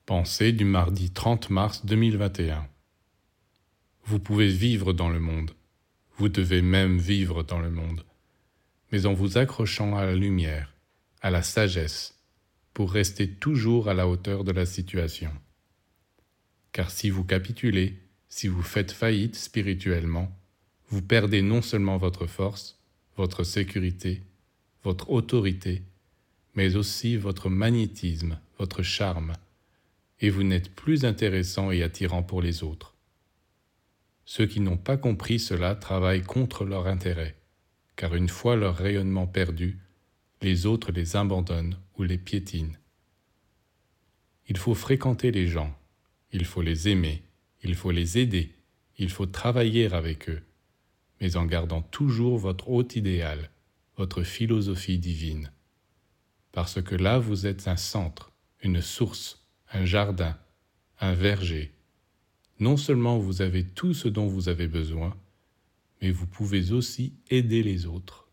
Pensée du mardi 30 mars 2021. Vous pouvez vivre dans le monde, vous devez même vivre dans le monde, mais en vous accrochant à la lumière, à la sagesse, pour rester toujours à la hauteur de la situation. Car si vous capitulez, si vous faites faillite spirituellement, vous perdez non seulement votre force, votre sécurité, votre autorité, mais aussi votre magnétisme, votre charme, et vous n'êtes plus intéressant et attirant pour les autres. Ceux qui n'ont pas compris cela travaillent contre leur intérêt, car une fois leur rayonnement perdu, les autres les abandonnent ou les piétinent. Il faut fréquenter les gens, il faut les aimer, il faut les aider, il faut travailler avec eux, mais en gardant toujours votre haut idéal, votre philosophie divine. Parce que là, vous êtes un centre, une source, un jardin, un verger. Non seulement vous avez tout ce dont vous avez besoin, mais vous pouvez aussi aider les autres.